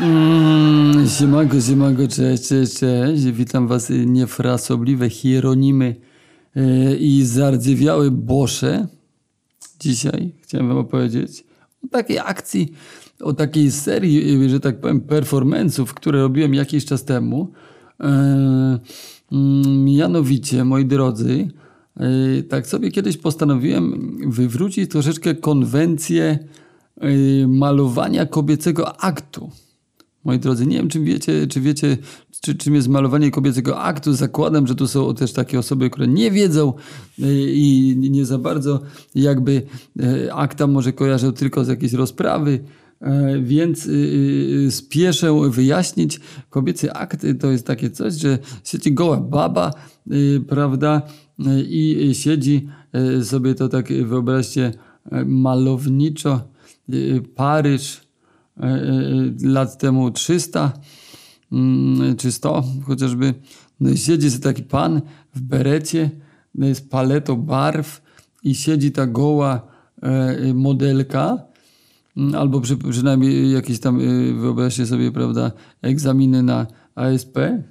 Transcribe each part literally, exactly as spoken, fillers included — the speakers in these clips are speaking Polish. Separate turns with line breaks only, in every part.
Mm, siemanko, siemanko, cześć, cześć, cześć. Witam was niefrasobliwe Hieronimy yy, i zardzewiałe Bosze. Dzisiaj chciałem wam opowiedzieć o takiej akcji, o takiej serii, yy, że tak powiem, performance'ów, które robiłem jakiś czas temu. Yy, yy, mianowicie, moi drodzy, yy, tak sobie kiedyś postanowiłem wywrócić troszeczkę konwencję yy, malowania kobiecego aktu. Moi drodzy, nie wiem, czy wiecie, czy wiecie, czy, czym jest malowanie kobiecego aktu. Zakładam, że tu są też takie osoby, które nie wiedzą i nie za bardzo jakby akta może kojarzą tylko z jakiejś rozprawy, więc spieszę wyjaśnić. Kobiecy akt to jest takie coś, że siedzi goła baba, prawda, i siedzi sobie, to tak wyobraźcie, malowniczo, Paryż, lat temu trzysta czy sto chociażby. No siedzi sobie taki pan w berecie z paletą barw i siedzi ta goła modelka, albo przy, przynajmniej jakieś tam, wyobraźcie sobie, prawda, egzaminy na A S P.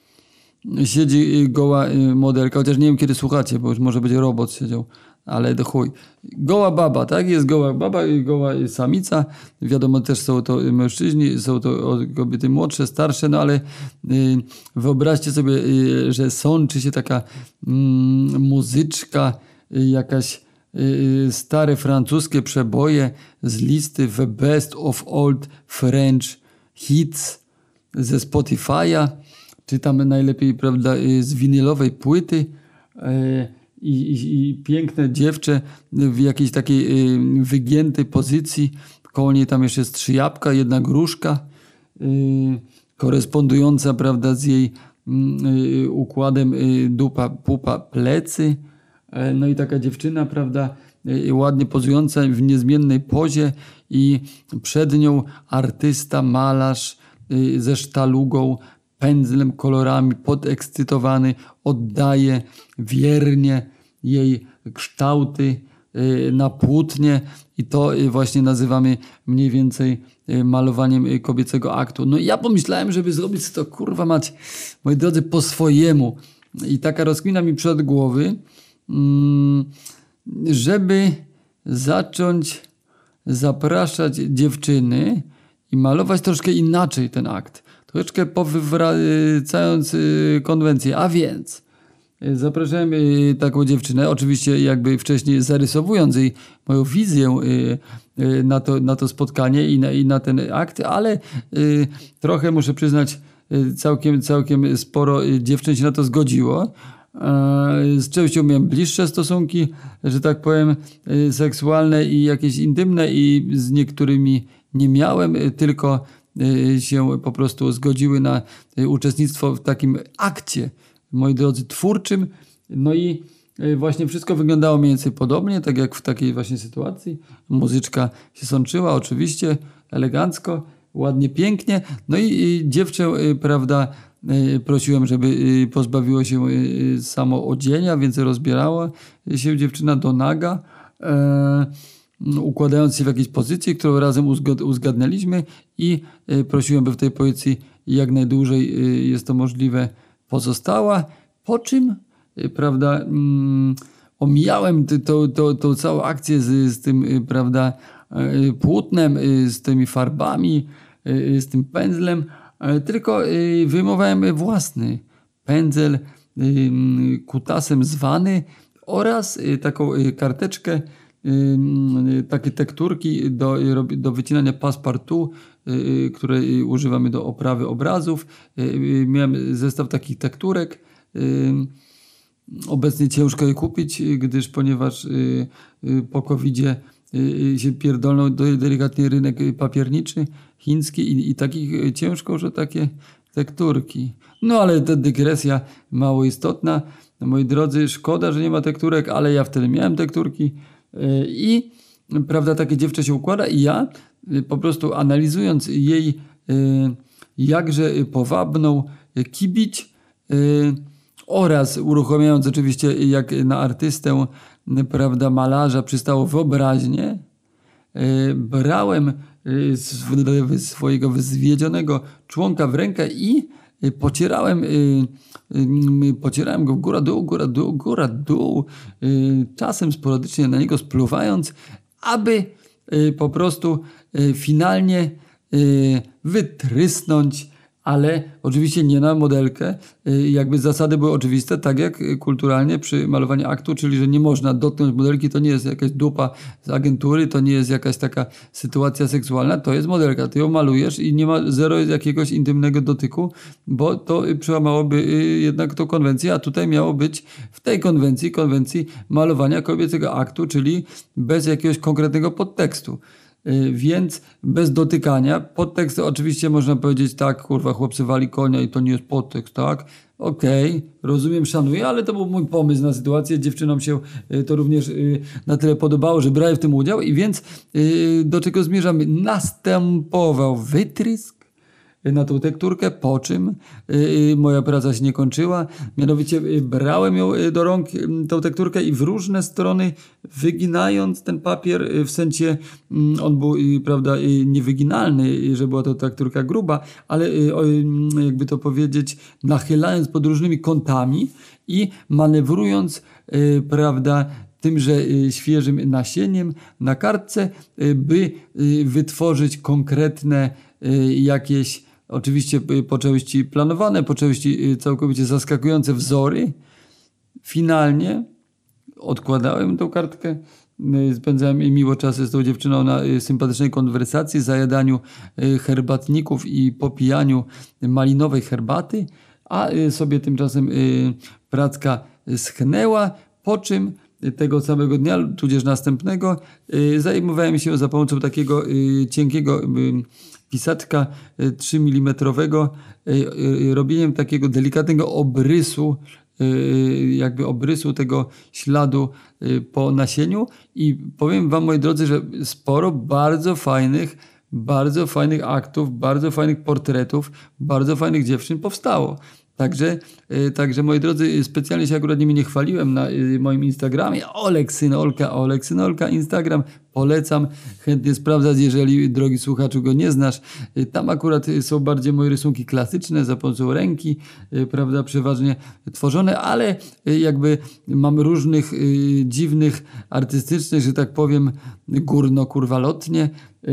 Siedzi goła modelka, chociaż nie wiem, kiedy słuchacie, bo już może będzie robot siedział, ale do chuj. Goła baba, tak? Jest goła baba i goła samica. Wiadomo, też są to mężczyźni, są to kobiety młodsze, starsze, no ale y, wyobraźcie sobie, y, że sączy się taka y, muzyczka, y, jakaś y, stare francuskie przeboje z listy The Best of Old French Hits ze Spotify'a, czy tam najlepiej, prawda, z winylowej płyty. Y, I, i, i piękne dziewczę w jakiejś takiej y, wygiętej pozycji. Koło niej tam jeszcze jest trzy jabłka, jedna gruszka, y, korespondująca, prawda, z jej y, układem y, dupa, pupa, plecy. Y, no i taka dziewczyna, prawda, y, ładnie pozująca w niezmiennej pozie i przed nią artysta, malarz y, ze sztalugą, pędzlem, kolorami, podekscytowany, oddaje wiernie jej kształty na płótnie i to właśnie nazywamy mniej więcej malowaniem kobiecego aktu. No i ja pomyślałem, żeby zrobić to, kurwa mać, moi drodzy, po swojemu. I taka rozkmina mi przed głowy, żeby zacząć zapraszać dziewczyny i malować troszkę inaczej ten akt. Troszeczkę powywracając konwencję, a więc zapraszałem taką dziewczynę, oczywiście jakby wcześniej zarysowując jej moją wizję na to, na to spotkanie i na, i na ten akt, ale trochę muszę przyznać, całkiem, całkiem sporo dziewczyn się na to zgodziło. Z częścią miałem bliższe stosunki, że tak powiem, seksualne i jakieś intymne, i z niektórymi nie miałem, tylko się po prostu zgodziły na uczestnictwo w takim akcie, moi drodzy, twórczym. No i właśnie wszystko wyglądało mniej więcej podobnie, tak jak w takiej właśnie sytuacji. Muzyczka się sączyła, oczywiście, elegancko, ładnie, pięknie. No i, i dziewczę, prawda, prosiłem, żeby pozbawiło się samo odzienia, więc rozbierała się dziewczyna do naga, układając się w jakiejś pozycji, którą razem uzgadnialiśmy, i prosiłem, by w tej pozycji jak najdłużej, jest to możliwe, pozostała. Po czym, prawda, omijałem tą całą akcję z, z tym, prawda, płótnem, z tymi farbami, z tym pędzlem, tylko wyjmowałem własny pędzel kutasem zwany oraz taką karteczkę, takie tekturki do, do wycinania passepartout, które używamy do oprawy obrazów. Miałem zestaw takich tekturek. Obecnie ciężko je kupić, gdyż ponieważ po kowidzie się pierdolnął delikatnie rynek papierniczy chiński i, i takich ciężko, że takie tekturki. No ale ta dygresja mało istotna. No, moi drodzy, szkoda, że nie ma tekturek, ale ja wtedy miałem tekturki i, prawda, takie dziewczę się układa i ja po prostu analizując jej jakże powabną kibić oraz uruchamiając oczywiście jak na artystę, prawda, malarza przystało wyobraźnię, brałem y, sw- swojego zwiedzionego członka w rękę i y, pocierałem, y, y, pocierałem go góra dół, góra dół, góra dół, y, czasem sporadycznie na niego spluwając, aby y, po prostu y, finalnie y, wytrysnąć, ale oczywiście nie na modelkę. Y, Jakby zasady były oczywiste, tak jak y, kulturalnie przy malowaniu aktu, czyli że nie można dotknąć modelki, to nie jest jakaś dupa z agentury, to nie jest jakaś taka sytuacja seksualna, to jest modelka. Ty ją malujesz i nie ma zero jakiegoś intymnego dotyku, bo to y, przełamałoby y, jednak tą konwencję, a tutaj miało być w tej konwencji, konwencji malowania kobiecego aktu, czyli bez jakiegoś konkretnego podtekstu. Y, Więc bez dotykania. Podtekst oczywiście można powiedzieć tak, kurwa, chłopcy wali konia i to nie jest podtekst, tak? Okej, rozumiem, szanuję, ale to był mój pomysł na sytuację. Dziewczynom się y, to również y, na tyle podobało, że brały w tym udział i więc y, do czego zmierzamy? Następował wytrysk na tą tekturkę, po czym y, moja praca się nie kończyła. Mianowicie y, brałem ją y, do rąk, y, tą tekturkę i w różne strony wyginając ten papier, y, w sensie y, on był y, prawda, y, niewyginalny, y, że była to tekturka gruba, ale y, o, y, jakby to powiedzieć, nachylając pod różnymi kątami i manewrując, y, prawda, tymże y, świeżym nasieniem na kartce, y, by y, wytworzyć konkretne y, jakieś oczywiście y, po części planowane, po części y, całkowicie zaskakujące wzory. Finalnie odkładałem tą kartkę, y, spędzałem miło czasy z tą dziewczyną na y, sympatycznej konwersacji, zajadaniu y, herbatników i popijaniu malinowej herbaty, a y, sobie tymczasem y, pracka schnęła, po czym tego samego dnia, tudzież następnego, y, zajmowałem się za pomocą takiego y, cienkiego y, pisaczka y, trzy milimetry, y, y, robieniem takiego delikatnego obrysu, y, jakby obrysu tego śladu y, po nasieniu i powiem wam, moi drodzy, że sporo bardzo fajnych, bardzo fajnych aktów, bardzo fajnych portretów, bardzo fajnych dziewczyn powstało. Także, y, także moi drodzy, specjalnie się akurat nimi nie chwaliłem na y, moim Instagramie. Olek Synolka, Olek Synolka, Instagram. Polecam, chętnie sprawdzać, jeżeli, drogi słuchaczu, go nie znasz. Y, Tam akurat y, są bardziej moje rysunki klasyczne, za pomocą ręki, y, prawda, przeważnie tworzone, ale y, jakby mam różnych y, dziwnych, artystycznych, że tak powiem, górno-kurwalotnie, y,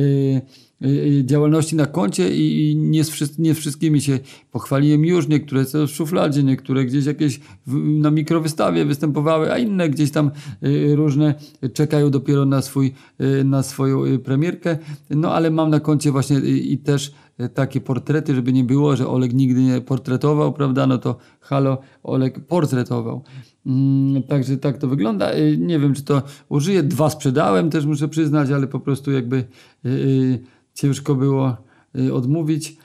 y, działalności na koncie i i nie z, wszys- nie z wszystkimi się pochwaliłem już, niektóre są w szufladzie, niektóre gdzieś jakieś w, na mikrowystawie występowały, a inne gdzieś tam y, różne czekają dopiero na swój, y, na swoją y, premierkę, no ale mam na koncie właśnie y, i też y, takie portrety, żeby nie było, że Oleg nigdy nie portretował, prawda, no to halo, Oleg portretował. Mm, także tak to wygląda. Y, nie wiem, czy to użyję, dwa sprzedałem też, muszę przyznać, ale po prostu jakby y, y, ciężko było y, odmówić.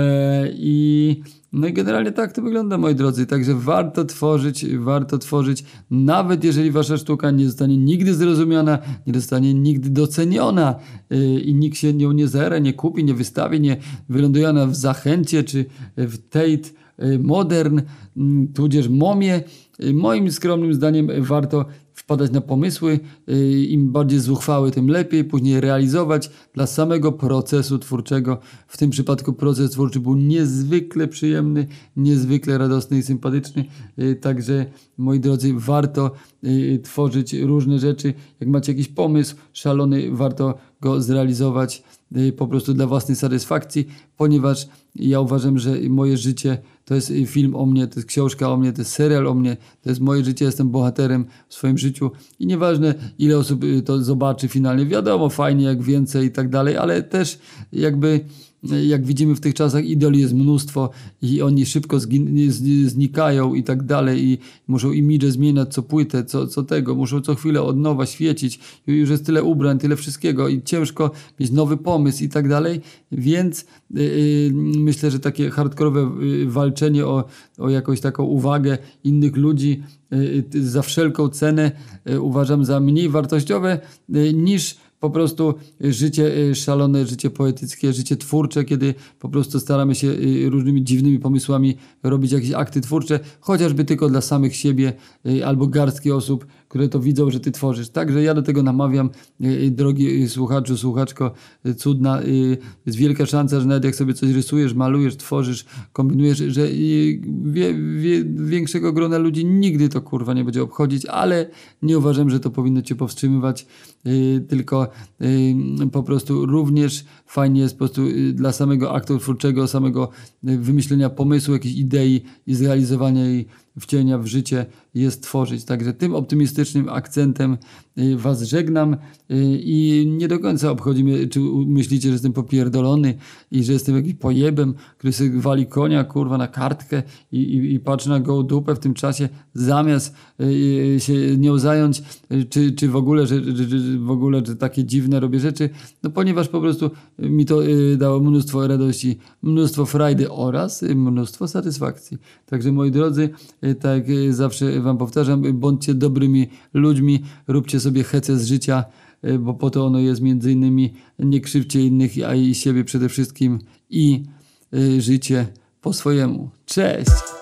E, I no i generalnie tak to wygląda, moi drodzy. Także warto tworzyć, warto tworzyć, nawet jeżeli wasza sztuka nie zostanie nigdy zrozumiana, nie zostanie nigdy doceniona y, i nikt się nią nie zaera, nie kupi, nie wystawi, nie wyląduje ona w Zachęcie czy w Tate y, Modern, y, tudzież Momie. Y, Moim skromnym zdaniem warto wpadać na pomysły, y, im bardziej zuchwały, tym lepiej, później realizować dla samego procesu twórczego. W tym przypadku proces twórczy był niezwykle przyjemny, niezwykle radosny i sympatyczny, y, także moi drodzy, warto y, tworzyć różne rzeczy. Jak macie jakiś pomysł szalony, warto go zrealizować y, po prostu dla własnej satysfakcji, ponieważ ja uważam, że moje życie to jest film o mnie, to jest książka o mnie, to jest serial o mnie, to jest moje życie, jestem bohaterem w swoim życiu i nieważne ile osób to zobaczy finalnie, wiadomo, fajnie jak więcej i tak dalej, ale też jakby jak widzimy w tych czasach idoli jest mnóstwo i oni szybko zgin- z- znikają i tak dalej i muszą imidże zmieniać co płytę, co, co tego, muszą co chwilę od nowa świecić, już jest tyle ubrań, tyle wszystkiego i ciężko mieć nowy pomysł i tak dalej, więc yy, myślę, że takie hardkorowe yy, walczenie o, o jakąś taką uwagę innych ludzi yy, za wszelką cenę yy, uważam za mniej wartościowe yy, niż po prostu życie y, szalone, życie poetyckie, życie twórcze, kiedy po prostu staramy się y, różnymi dziwnymi pomysłami robić jakieś akty twórcze, chociażby tylko dla samych siebie y, albo garstki osób, które to widzą, że ty tworzysz. Także ja do tego namawiam, y, drogi słuchaczu, słuchaczko, y, cudna, y, jest wielka szansa, że nawet jak sobie coś rysujesz, malujesz, tworzysz, kombinujesz, że y, wie, wie, większego grona ludzi nigdy to kurwa nie będzie obchodzić, ale nie uważam, że to powinno cię powstrzymywać, y, tylko y, po prostu również fajnie jest po prostu y, dla samego aktu twórczego, samego y, wymyślenia pomysłu, jakiejś idei i zrealizowania jej, wcielenia w życie jest tworzyć. Także tym optymistycznym akcentem y, was żegnam y, i nie do końca obchodzi mnie, czy myślicie, że jestem popierdolony i że jestem jakimś pojebem, który sobie wali konia kurwa na kartkę i, i, i patrzy na gołą dupę w tym czasie, zamiast y, się nią zająć, y, czy, czy w ogóle, że, że, że w ogóle, że takie dziwne robię rzeczy, no ponieważ po prostu mi to y, dało mnóstwo radości, mnóstwo frajdy oraz y, mnóstwo satysfakcji. Także moi drodzy, y, tak jak y, zawsze wam powtarzam, y, bądźcie dobrymi ludźmi, róbcie sobie hece z życia, y, bo po to ono jest między innymi, nie krzywdźcie innych, a i siebie przede wszystkim i y, życie po swojemu. Cześć!